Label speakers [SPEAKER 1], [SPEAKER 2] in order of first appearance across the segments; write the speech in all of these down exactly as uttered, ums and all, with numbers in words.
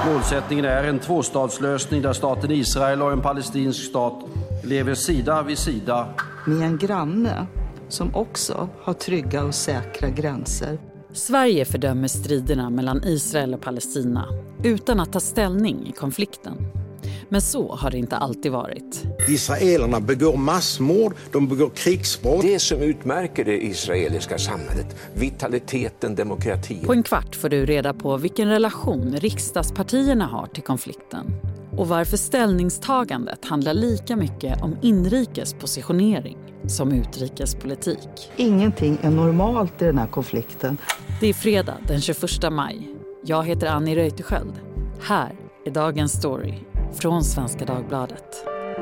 [SPEAKER 1] Målsättningen är en tvåstatslösning där staten Israel och en palestinsk stat lever sida vid sida.
[SPEAKER 2] Med en granne som också har trygga och säkra gränser.
[SPEAKER 3] Sverige fördömer striderna mellan Israel och Palestina utan att ta ställning i konflikten. Men så har det inte alltid varit.
[SPEAKER 4] Israelerna begår massmord, de begår krigsbrott.
[SPEAKER 5] Det som utmärker det israeliska samhället, vitaliteten, demokratin.
[SPEAKER 3] På en kvart får du reda på vilken relation riksdagspartierna har till konflikten. Och varför ställningstagandet handlar lika mycket om inrikes positionering som utrikespolitik.
[SPEAKER 2] Ingenting är normalt i den här konflikten.
[SPEAKER 3] Det är fredag den tjugoförsta maj. Jag heter Annie Reuterskiöld. Här är dagens story från Svenska Dagbladet.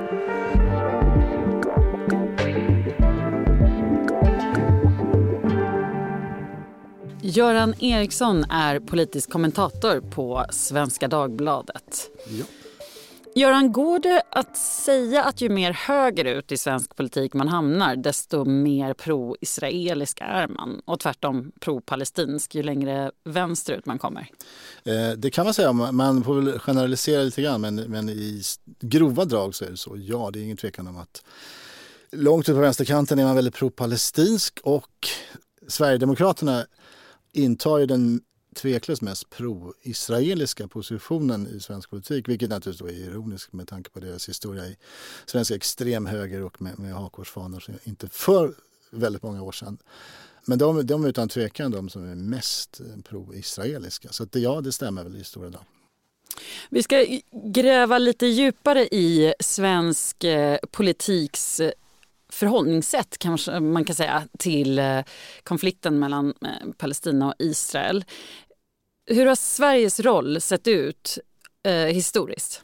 [SPEAKER 3] Göran Eriksson är politisk kommentator på Svenska Dagbladet.
[SPEAKER 6] Ja.
[SPEAKER 3] Göran, går det att säga att ju mer högerut i svensk politik man hamnar, desto mer pro-israelisk är man? Och tvärtom pro-palestinsk ju längre vänsterut man kommer?
[SPEAKER 6] Eh, det kan man säga, man får väl generalisera lite grann, men, men i grova drag så är det så. Ja, det är ingen tvekan om att långt ut på vänsterkanten är man väldigt pro-palestinsk, och Sverigedemokraterna intar ju den tveklöst mest pro-israeliska positionen i svensk politik, vilket naturligtvis då är ironiskt med tanke på deras historia i svensk extremhöger och med, med hakkorsfanor som inte för väldigt många år sedan. Men de, de är utan tvekan de som är mest pro-israeliska. Så att det, ja, det stämmer väl i stora dag.
[SPEAKER 3] Vi ska gräva lite djupare i svensk eh, politiks förhållningssätt, kanske man kan säga, till konflikten mellan Palestina och Israel. Hur har Sveriges roll sett ut eh, historiskt?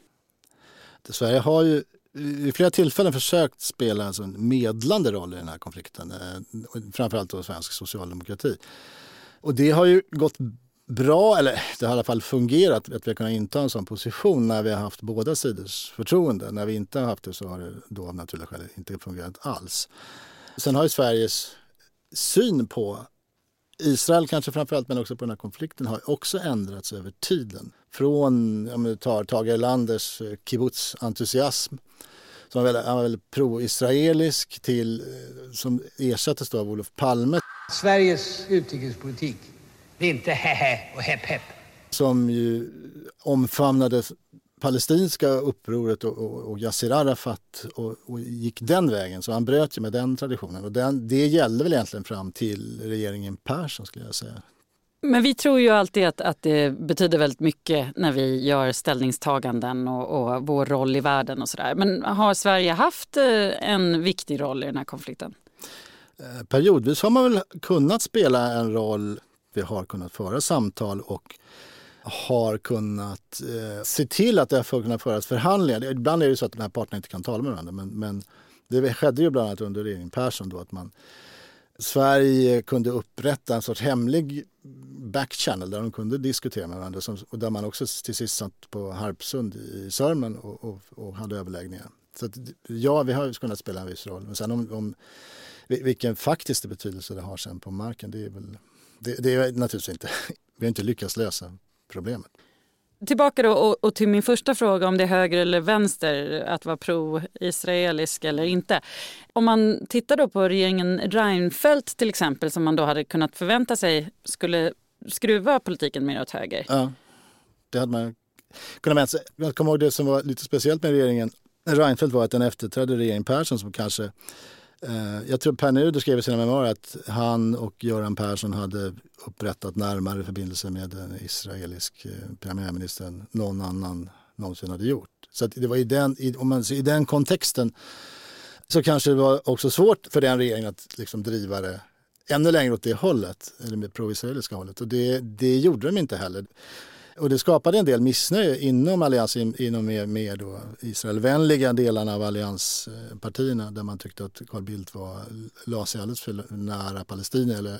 [SPEAKER 6] Sverige har ju i flera tillfällen försökt spela en sån medlande roll i den här konflikten, eh, framförallt då svensk socialdemokrati. Och det har ju gått bra, eller det har i alla fall fungerat att vi har kunnat inta en sån position när vi har haft båda sidors förtroende. När vi inte har haft det så har det då av naturliga skäl inte fungerat alls. Sen har ju Sveriges syn på Israel kanske framförallt, men också på den här konflikten har också ändrats över tiden. Från, om du tar Tage Erlanders kibbutz-entusiasm som var väldigt, var väldigt pro-israelisk till, som ersattes då av Olof Palme.
[SPEAKER 7] Sveriges utrikespolitik, det är inte hehe och hepp hepp.
[SPEAKER 6] Som ju omfamnade palestinska upproret och, och, och Yasser Arafat och, och gick den vägen. Så han bröt ju med den traditionen. Och den, det gällde väl egentligen fram till regeringen Persson, skulle jag säga.
[SPEAKER 3] Men vi tror ju alltid att, att det betyder väldigt mycket när vi gör ställningstaganden och, och vår roll i världen och sådär. Men har Sverige haft en viktig roll i den här konflikten?
[SPEAKER 6] Eh, periodvis har man väl kunnat spela en roll. Vi har kunnat föra samtal och har kunnat eh, se till att det har kunnat föras förhandlingar. Ibland är det så att den här parterna inte kan tala med varandra. Men, men det skedde ju bland annat under regeringen Persson då att man Sverige kunde upprätta en sorts hemlig backchannel där de kunde diskutera med varandra. Som, och där man också till sist satt på Harpsund i Sörmland och, och, och hade överläggningar. Så att, ja, vi har kunnat spela en viss roll. Men sen om, om vilken faktisk betydelse det har sen på marken, det är väl... Det, det är naturligtvis inte. Vi har inte lyckats lösa problemet.
[SPEAKER 3] Tillbaka då och, och till min första fråga om det är höger eller vänster att vara pro-israelisk eller inte. Om man tittar då på regeringen Reinfeldt till exempel, som man då hade kunnat förvänta sig skulle skruva politiken mer åt höger.
[SPEAKER 6] Ja, det hade man kunnat vänta sig. Jag kommer ihåg det som var lite speciellt med regeringen Reinfeldt var att den efterträdde regeringen Persson som kanske... Jag tror Per Nuder skrev i sina memoarer att han och Göran Persson hade upprättat närmare förbindelser med den israelisk premiärminister än någon annan någonsin hade gjort. Så att det var i den, om man ser i den kontexten så kanske det var också svårt för den regeringen att liksom driva det ännu längre åt det hållet, eller med pro-israeliska hållet. Och det, det gjorde de inte heller. Och det skapade en del missnöje inom alliansen, inom med, med då Israelvänliga delarna av allianspartierna där man tyckte att Carl Bildt var la sig alldeles för nära Palestina eller,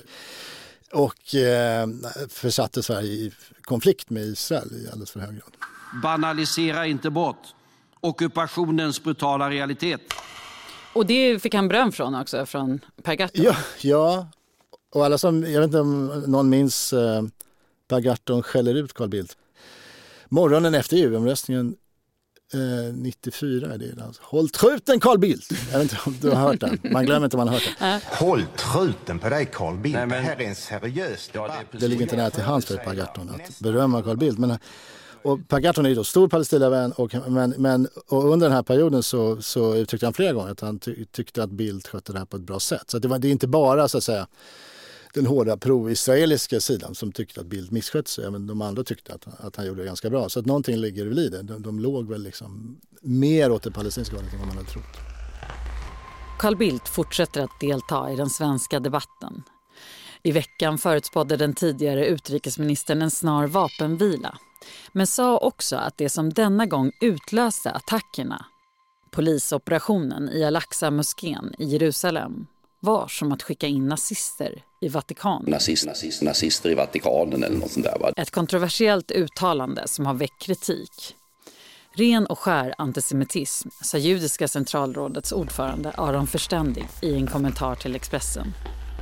[SPEAKER 6] och eh, försatte Sverige i konflikt med Israel i alldeles för hög grad.
[SPEAKER 1] Banalisera inte bort ockupationens brutala realitet.
[SPEAKER 3] Och det fick han beröm från också, från Per Gahrton.
[SPEAKER 6] Ja, ja, och alla som, jag vet inte om någon minns... Eh, Per Gahrton skäller ut Carl Bildt. morgonen efter E U-omröstningen eh, nittiofyra är det alltså. Håll truten Carl Bildt! Jag vet inte om du har hört den. Man glömmer inte om man har hört den.
[SPEAKER 4] Håll truten på dig Carl Bildt.
[SPEAKER 1] Nej, men-
[SPEAKER 4] Det här är en seriös debatt.
[SPEAKER 1] det är
[SPEAKER 6] Det ligger inte nära till hands för Per Gahrton att berömma Carl Bildt. Men, och Per Gahrton är ju då stor Palestinavän, och, men, men, och under den här perioden så, så uttryckte han flera gånger att han ty, tyckte att Bildt skötte det här på ett bra sätt. Så det, var, det är inte bara så att säga den hårda pro-israeliska sidan som tyckte att Bildt misskötte sig, men de andra tyckte att, att han gjorde det ganska bra. Så att någonting ligger väl i det. De, de låg väl liksom mer åt det palestinska hållet än vad man hade trott.
[SPEAKER 3] Carl Bildt fortsätter att delta i den svenska debatten. I veckan förutspådde den tidigare utrikesministern en snar vapenvila, men sa också att det som denna gång utlöste attackerna, polisoperationen i Al-Aqsa-moskén i Jerusalem, var som att skicka in nazister i Vatikanen.
[SPEAKER 8] Nazist, nazist, nazister i Vatikanen eller något sånt där. Va?
[SPEAKER 3] Ett kontroversiellt uttalande som har väckt kritik. Ren och skär antisemitism, sa judiska centralrådets ordförande Aron Förständig i en kommentar till Expressen.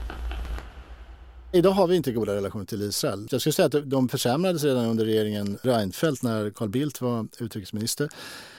[SPEAKER 6] Idag har vi inte goda relationer till Israel. Jag skulle säga att de försämrades redan under regeringen Reinfeldt när Carl Bildt var utrikesminister.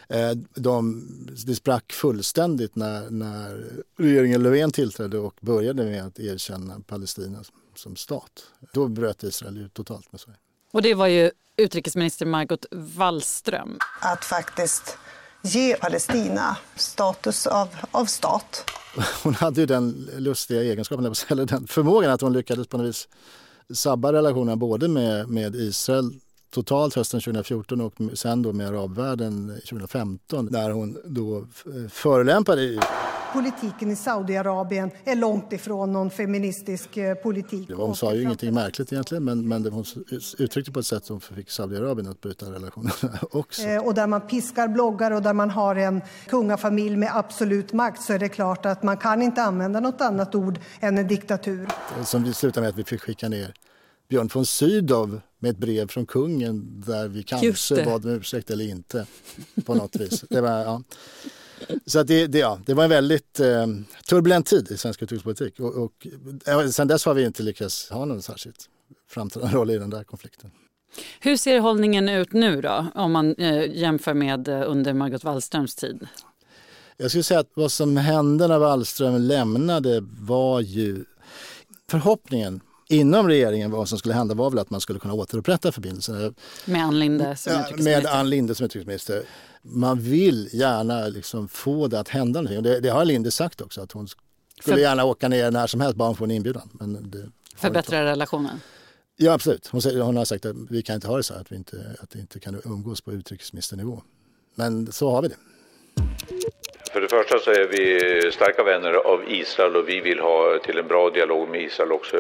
[SPEAKER 6] De, det sprack fullständigt när, när regeringen Löfven tillträdde och började med att erkänna Palestina som stat. Då bröt Israel ut totalt med Sverige.
[SPEAKER 3] Och det var ju utrikesminister Margot Wallström.
[SPEAKER 9] Att faktiskt ge Palestina status av, av stat.
[SPEAKER 6] Hon hade ju den lustiga egenskapen, eller den förmågan att hon lyckades på något vis sabba relationerna både med, med Israel totalt hösten tjugohundrafjorton och sen då med arabvärlden tjugohundrafemton när hon då förolämpade.
[SPEAKER 9] Politiken i Saudiarabien är långt ifrån någon feministisk politik.
[SPEAKER 6] Det var, hon sa ju ingenting märkligt egentligen, men, men det, hon uttryckte på ett sätt som fick Saudiarabien att bryta relationerna också.
[SPEAKER 9] Eh, och där man piskar bloggar och där man har en kungafamilj med absolut makt, så är det klart att man kan inte använda något annat ord än en diktatur.
[SPEAKER 6] Som vi slutade med att vi fick skicka ner Björn von Sydow med ett brev från kungen där vi kanske bad om ursäkt eller inte på något vis. Det var, ja. Så att det, det, ja, det var en väldigt eh, turbulent tid i svensk utrikespolitik. Och, och ja, sen dess har vi inte lyckats ha någon särskilt framträdande roll i den där konflikten.
[SPEAKER 3] Hur ser hållningen ut nu då, om man eh, jämför med eh, under Margot Wallströms tid?
[SPEAKER 6] Jag skulle säga att vad som hände när Wallström lämnade var ju förhoppningen inom regeringen. Vad som skulle hända var väl att man skulle kunna återupprätta förbindelserna.
[SPEAKER 3] Med Ann Linde som utrikesminister.
[SPEAKER 6] Med Ann Linde som utrikesminister. Man vill gärna liksom få det att hända någonting. Och det, det har Linde sagt också, att hon skulle För... gärna åka ner när som helst bara hon får en inbjudan. Men det
[SPEAKER 3] Förbättra relationen?
[SPEAKER 6] Ja, absolut. Hon, säger, hon har sagt att vi kan inte ha det så, att vi inte, att vi inte kan umgås på utrikesministernivå. Men så har vi det.
[SPEAKER 10] För det första så är vi starka vänner av Israel och vi vill ha till en bra dialog med Israel också.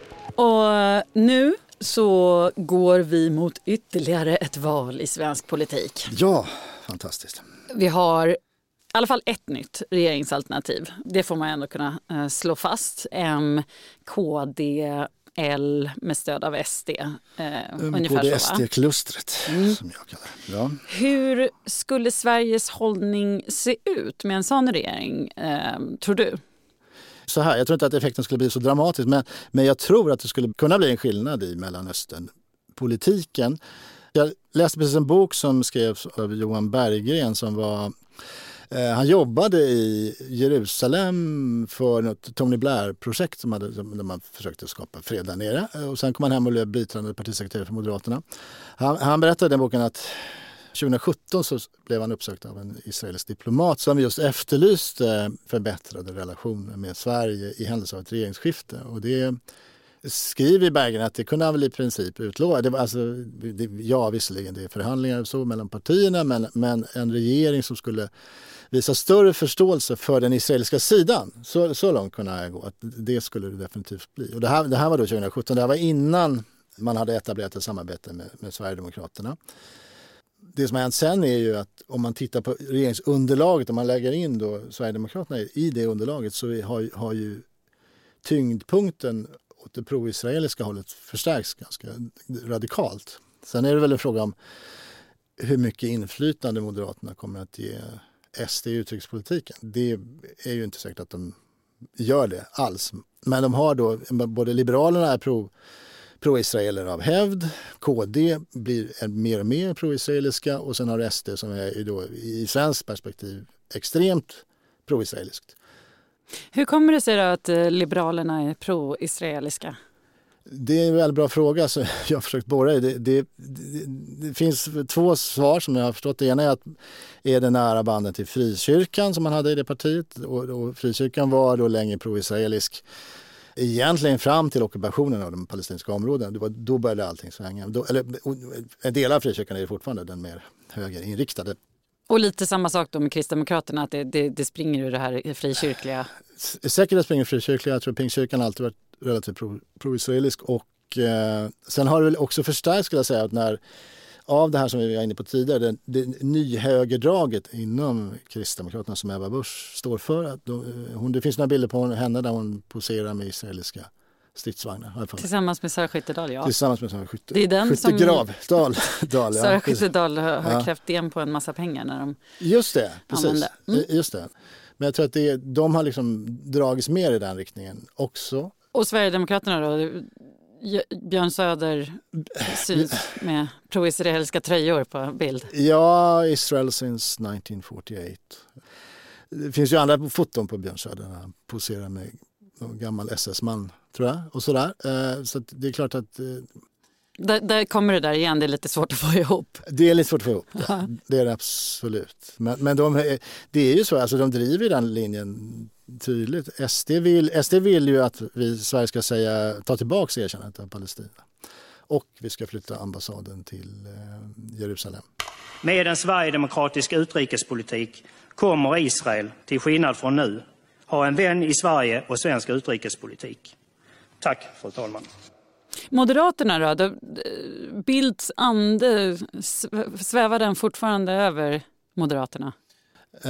[SPEAKER 3] Och nu så går vi mot ytterligare ett val i svensk politik.
[SPEAKER 6] Ja, fantastiskt.
[SPEAKER 3] Vi har i alla fall ett nytt regeringsalternativ. Det får man ändå kunna eh, slå fast. M, K D, L med stöd av S D. Eh, ungefär
[SPEAKER 6] K D
[SPEAKER 3] så,
[SPEAKER 6] S D-klustret mm. som jag kallar det. Ja.
[SPEAKER 3] Hur skulle Sveriges hållning se ut med en sån regering, eh, tror du?
[SPEAKER 6] Så här, jag tror inte att effekten skulle bli så dramatisk, men, men jag tror att det skulle kunna bli en skillnad i Mellanöstern-politiken. Jag läste precis en bok som skrevs av Johan Berggren som var... Eh, han jobbade i Jerusalem för något Tony Blair-projekt som hade, där man försökte skapa fred där nere. Och sen kom han hem och blev biträdande partisekreterare för Moderaterna. Han, han berättade i den boken att tjugohundrasjutton så blev han uppsökt av en israelisk diplomat som just efterlyste förbättrade relationer med Sverige i händelse av ett regeringsskifte. Och det skriver Bergen att det kunde han väl i princip utlova. Det var alltså, det, ja, visserligen det är förhandlingar och så mellan partierna, men, men en regering som skulle visa större förståelse för den israeliska sidan. Så, så långt kunde jag gå. Att det skulle det definitivt bli. Och det här, det här var då tjugohundrasjutton. Det här var innan man hade etablerat ett samarbete med, med Sverigedemokraterna. Det som har hänt sen är ju att om man tittar på regeringsunderlaget, om man lägger in då Sverigedemokraterna i det underlaget, så har, har ju tyngdpunkten åt det pro-israeliska hållet förstärks ganska radikalt. Sen är det väl en fråga om hur mycket inflytande Moderaterna kommer att ge S D i utrikespolitiken. Det är ju inte säkert att de gör det alls. Men de har då, både Liberalerna är pro pro-israeler av hävd. K D blir mer och mer pro-israeliska och sen har S D som är då, i svensk perspektiv extremt pro-israeliskt.
[SPEAKER 3] Hur kommer det sig då att Liberalerna är pro-israeliska?
[SPEAKER 6] Det är en väldigt bra fråga så jag har försökt borra i. Det, det, det, det finns två svar som jag har förstått. Det ena är att är det nära banden till Frikyrkan som man hade i det partiet. Och, och Frikyrkan var då länge pro-israelisk. Egentligen fram till ockupationen av de palestinska områdena. Det var, då började allting svänga. Då, eller, en del av Frikyrkan är fortfarande den mer högerinriktade.
[SPEAKER 3] Och lite samma sak då med Kristdemokraterna, att det, det, det springer ur det här frikyrkliga.
[SPEAKER 6] Säkert det springer frikyrkliga. Jag tror att Pingstkyrkan alltid varit relativt pro, pro-israelisk. Och eh, sen har det väl också förstärkt, skulle jag säga, att när av det här som vi var inne på tidigare, det, det nyhögerdraget inom Kristdemokraterna som Ebba Busch står för. Att då, hon, det finns några bilder på henne där hon poserar med israeliska stridsvagnar.
[SPEAKER 3] Tillsammans med Sara Skyttedal, ja.
[SPEAKER 6] Tillsammans med Sara Skytte,
[SPEAKER 3] det är den
[SPEAKER 6] Skyttegrav.
[SPEAKER 3] Som
[SPEAKER 6] Dal, Dal, ja.
[SPEAKER 3] Sara Skyttedal har, har
[SPEAKER 6] ja.
[SPEAKER 3] krävt igen på en massa pengar när de
[SPEAKER 6] Just det, precis.
[SPEAKER 3] Mm.
[SPEAKER 6] Just det. Men jag tror att det, de har liksom dragits mer i den riktningen också.
[SPEAKER 3] Och Sverigedemokraterna då? Björn Söder syns med pro-israeliska tröjor på bild.
[SPEAKER 6] Ja, Israel since nitton fyrtioåtta. Det finns ju andra foton på Björn Söder. Han poserar med en gammal S S-man, tror jag. Och sådär. Så att det är klart att...
[SPEAKER 3] Där, där kommer det där igen, det är lite svårt att få ihop.
[SPEAKER 6] Det är lite svårt att få ihop, det, det är det absolut. Men, men de, det är ju så, alltså de driver den linjen tydligt. S D vill, S D vill ju att vi Sverige ska säga, ta tillbaka erkännandet av Palestina. Och vi ska flytta ambassaden till eh, Jerusalem.
[SPEAKER 11] Med en sverigedemokratisk utrikespolitik kommer Israel, till skillnad från nu, ha en vän i Sverige och svensk utrikespolitik. Tack, fru talman.
[SPEAKER 3] Moderaterna då? Bildts ande, svävar den fortfarande över Moderaterna?
[SPEAKER 6] Eh,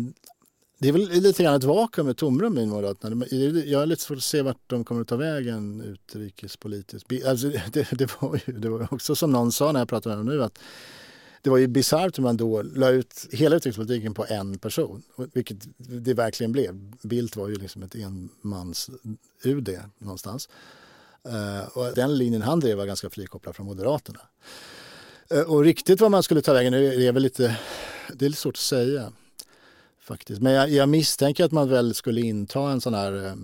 [SPEAKER 6] det är väl lite grann ett vakuum med tomrum i Moderaterna. Jag har lite svårt att se vart de kommer att ta vägen utrikespolitiskt. Alltså, det, det, var ju, det var också som någon sa när jag pratade med dem nu, att det var ju bisarrt hur man då la ut hela utrikespolitiken på en person, vilket det verkligen blev. Bildt var ju liksom ett enmans U D någonstans. Uh, och den linjen han drev var ganska frikopplad från Moderaterna. Uh, och riktigt vad man skulle ta vägen nu är väl lite, det är lite svårt att säga faktiskt. Men jag, jag misstänker att man väl skulle inta en sån här uh,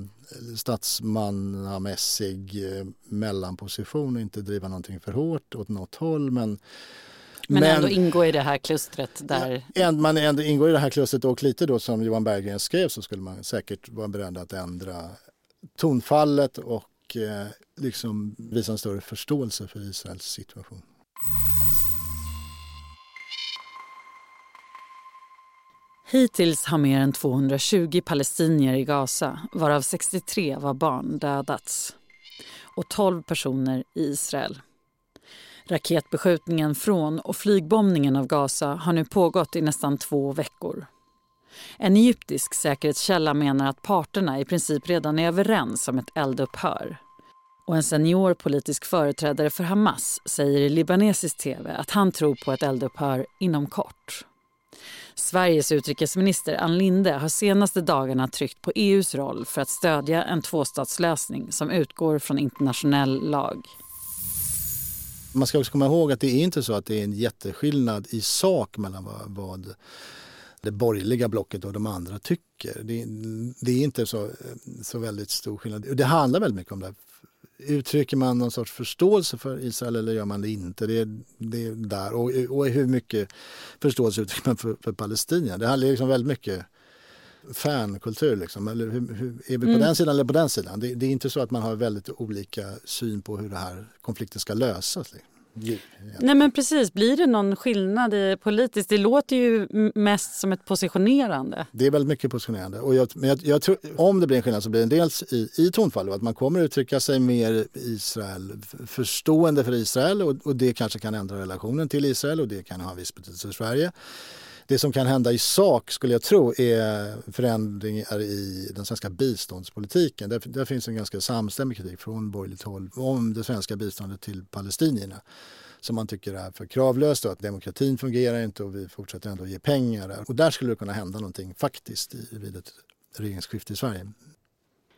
[SPEAKER 6] statsmannamässig uh, mellanposition och inte driva någonting för hårt åt något håll. Men,
[SPEAKER 3] men, men ändå ingå i det här klustret där...
[SPEAKER 6] Ja, man ändå ingår i det här klustret och lite då som Johan Berggren skrev, så skulle man säkert vara beredd att ändra tonfallet och och liksom visa en större förståelse för Israels situation.
[SPEAKER 3] Hittills har mer än tvåhundratjugo palestinier i Gaza, varav sextiotre var barn, dödats. Och tolv personer i Israel. Raketbeskjutningen från och flygbombningen av Gaza har nu pågått i nästan två veckor. En egyptisk säkerhetskälla menar att parterna i princip redan är överens om ett eldupphör. Och en senior politisk företrädare för Hamas säger i libanesisk tv att han tror på ett eldupphör inom kort. Sveriges utrikesminister Ann Linde har senaste dagarna tryckt på E U:s roll för att stödja en tvåstatslösning som utgår från internationell lag.
[SPEAKER 6] Man ska också komma ihåg att det är inte så att det är en jätteskillnad i sak mellan vad, vad det borgerliga blocket och de andra tycker. Det, det är inte så, så väldigt stor skillnad. Det handlar väldigt mycket om det. Uttrycker man någon sorts förståelse för Israel eller gör man det inte? Det är, det är där. Och, och hur mycket förståelse uttrycker man för, för Palestina? Det handlar liksom väldigt mycket fankultur. Liksom. Eller hur, hur, är vi på mm. den sidan eller på den sidan? Det, det är inte så att man har väldigt olika syn på hur det här konflikten ska lösas. Liksom.
[SPEAKER 3] Nej men precis, blir det någon skillnad i politiskt? Det låter ju mest som ett positionerande.
[SPEAKER 6] Det är väldigt mycket positionerande. Och jag, men jag, jag tror, om det blir en skillnad så blir det dels i, i tonfallet att man kommer att uttrycka sig mer Israel, förstående för Israel och, och det kanske kan ändra relationen till Israel och det kan ha en viss betydelse för Sverige. Det som kan hända i sak skulle jag tro är förändringar i den svenska biståndspolitiken. Där, där finns en ganska samstämmig kritik från borgerligt håll om det svenska biståndet till palestinierna. Som man tycker är för kravlöst och att demokratin fungerar inte och vi fortsätter ändå ge pengar. Och där skulle det kunna hända någonting faktiskt i, vid ett regeringsskifte i Sverige.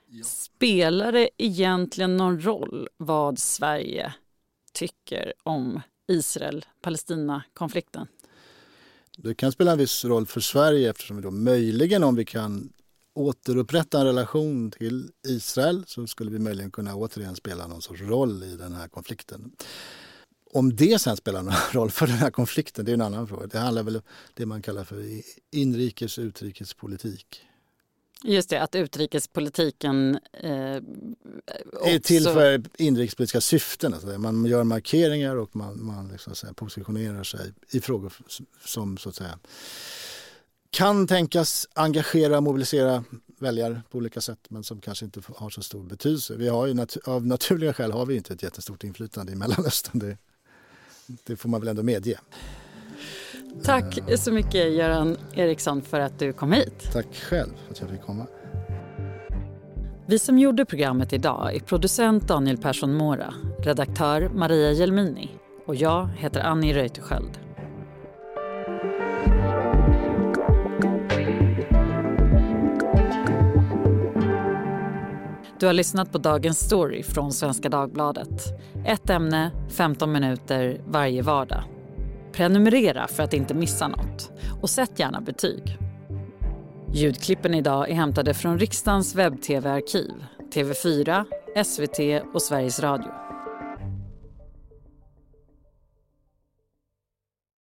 [SPEAKER 3] Spelar det egentligen någon roll vad Sverige tycker om Israel-Palestina-konflikten?
[SPEAKER 6] Det kan spela en viss roll för Sverige eftersom vi då möjligen, om vi kan återupprätta en relation till Israel, så skulle vi möjligen kunna återigen spela någon sorts roll i den här konflikten. Om det sen spelar någon roll för den här konflikten, det är en annan fråga. Det handlar väl om det man kallar för inrikes- och utrikespolitik.
[SPEAKER 3] Just det, att utrikespolitiken eh, också...
[SPEAKER 6] är till för inrikespolitiska syften. Alltså man gör markeringar och man, man liksom så här positionerar sig i frågor som så att säga kan tänkas engagera och mobilisera väljare på olika sätt, men som kanske inte har så stor betydelse. Vi har ju nat- av naturliga skäl har vi inte ett jättestort inflytande i Mellanöstern. Det, det får man väl ändå medge.
[SPEAKER 3] Tack så mycket Göran Eriksson för att du kom hit.
[SPEAKER 6] Tack själv för att jag fick komma.
[SPEAKER 3] Vi som gjorde programmet idag är producent Daniel Persson Mora, redaktör Maria Gelmini och jag heter Annie Reuterskiöld. Du har lyssnat på Dagens Story från Svenska Dagbladet. Ett ämne, femton minuter varje vardag. Prenumerera för att inte missa något. Och sätt gärna betyg. Ljudklippen idag är hämtade från riksdagens webb-tv-arkiv, T V fyra, S V T och Sveriges Radio.